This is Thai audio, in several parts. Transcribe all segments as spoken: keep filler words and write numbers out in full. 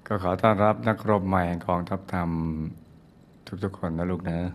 ก็ขอต้อนรับนักรบใหม่แห่งกองทัพธรรมทุกๆคนนะลูกนะ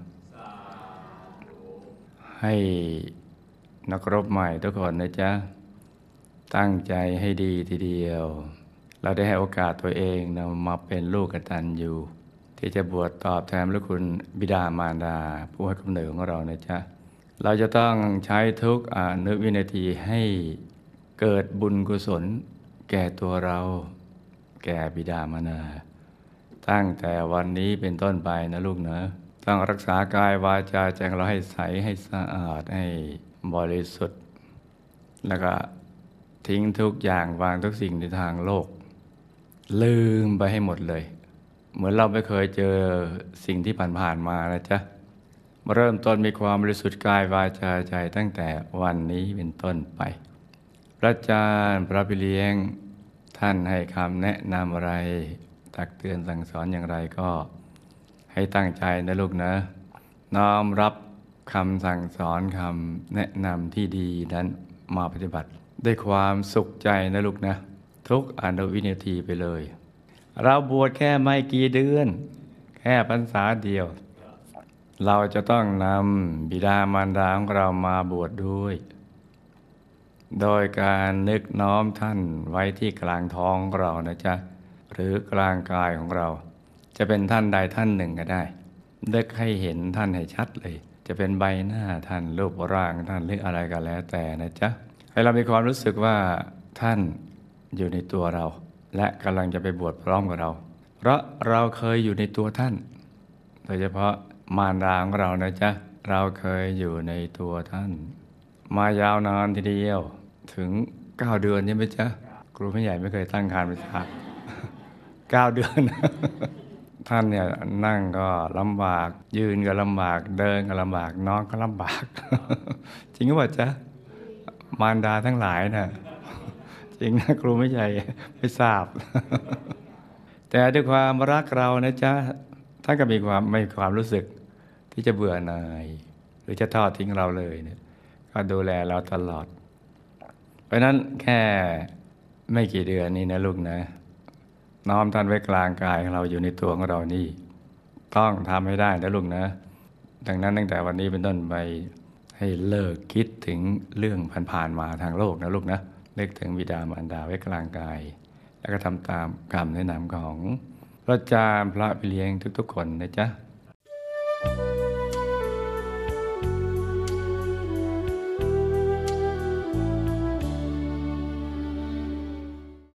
ให้นักรบใหม่ทุกคนนะจ๊ะตั้งใจให้ดีทีเดียวเราได้ให้โอกาสตัวเองนะมาเป็นลูกกตัญญูที่จะบวชตอบแทนพระคุณบิดามารดาผู้ให้กำเนิดของเรานะจ๊ะเราจะต้องใช้ทุกอนุวินาทีให้เกิดบุญกุศลแก่ตัวเราแก่บิดามารดาตั้งแต่วันนี้เป็นต้นไปนะลูกนะต้องรักษากายวาจาใจของเราให้ใสให้สะอาดให้บริสุทธิ์แล้วก็ทิ้งทุกอย่างวางทุกสิ่งในทางโลกลืมไปให้หมดเลยเหมือนเราไม่เคยเจอสิ่งที่ผ่านๆมานะจ๊ะเริ่มต้นมีความบริสุทธิ์กายวาจาใจตั้งแต่วันนี้เป็นต้นไปพระอาจารย์พระพี่เลี้ยงท่านให้คำแนะนำอะไรตักเตือนสั่งสอนอย่างไรก็ให้ตั้งใจนะลูกนะน้อมรับคำสั่งสอนคำแนะนำที่ดีนั้นมาปฏิบัติด้วยความสุขใจนะลูกนะทุกอนุวินาทีไปเลยเราบวชแค่ไม่กี่เดือนแค่พรรษาเดียวเราจะต้องนำบิดามารดาของเรามาบวชด้วยโดยการนึกน้อมท่านไว้ที่กลางท้องของเรานะจ๊ะหรือกลางกายของเราจะเป็นท่านใดท่านหนึ่งก็ได้นึกให้เห็นท่านให้ชัดเลยจะเป็นใบหน้าท่านรูปร่างท่านหรืออะไรก็แล้วแต่นะจ๊ะให้เรามีความรู้สึกว่าท่านอยู่ในตัวเราและกำลังจะไปบวชพร้อมกับเราเพราะเราเคยอยู่ในตัวท่านโดยเฉพาะมารดาของเรานะจ๊ะเราเคยอยู่ในตัวท่านมายาวนานทีเดียวถึงเก้าเดือนใช่ไหมจ๊ะครูไม่ใหญ่ไม่เคยตั้งครรภ์เป็นชาติเก้าเดือน ท่านเนี่ยนั่งก็ลำบากยืนก็ลำบากเดินก็ลำบากนอนก็ลำบาก จริงหรือเปล่าจ๊ะมารดาทั้งหลายนะจริงนะครูไม่ใหญ่ไม่ทราบ แต่ด้วยความรักเรานะจ๊ะท่านก็มีความไม่ความรู้สึกที่จะเบื่อหน่ายหรือจะทอดทิ้งเราเลยเนี่ยก็ดูแลเราตลอดเพราะนั้นแค่ไม่กี่เดือนนี้นะลูกนะน้อมท่านไว้กลางกายของเราอยู่ในตัวของเรานี่ต้องทำให้ได้นะลูกนะดังนั้นตั้งแต่วันนี้เป็นต้นไปให้เลิกคิดถึงเรื่องผ่านๆมาทางโลกนะลูกนะเลิกถึงบิดามารดาไว้กลางกายแล้วก็ทำตามคำแนะนำของพระอาจารย์พระพี่เลี้ยงทุกๆคนนะจ๊ะ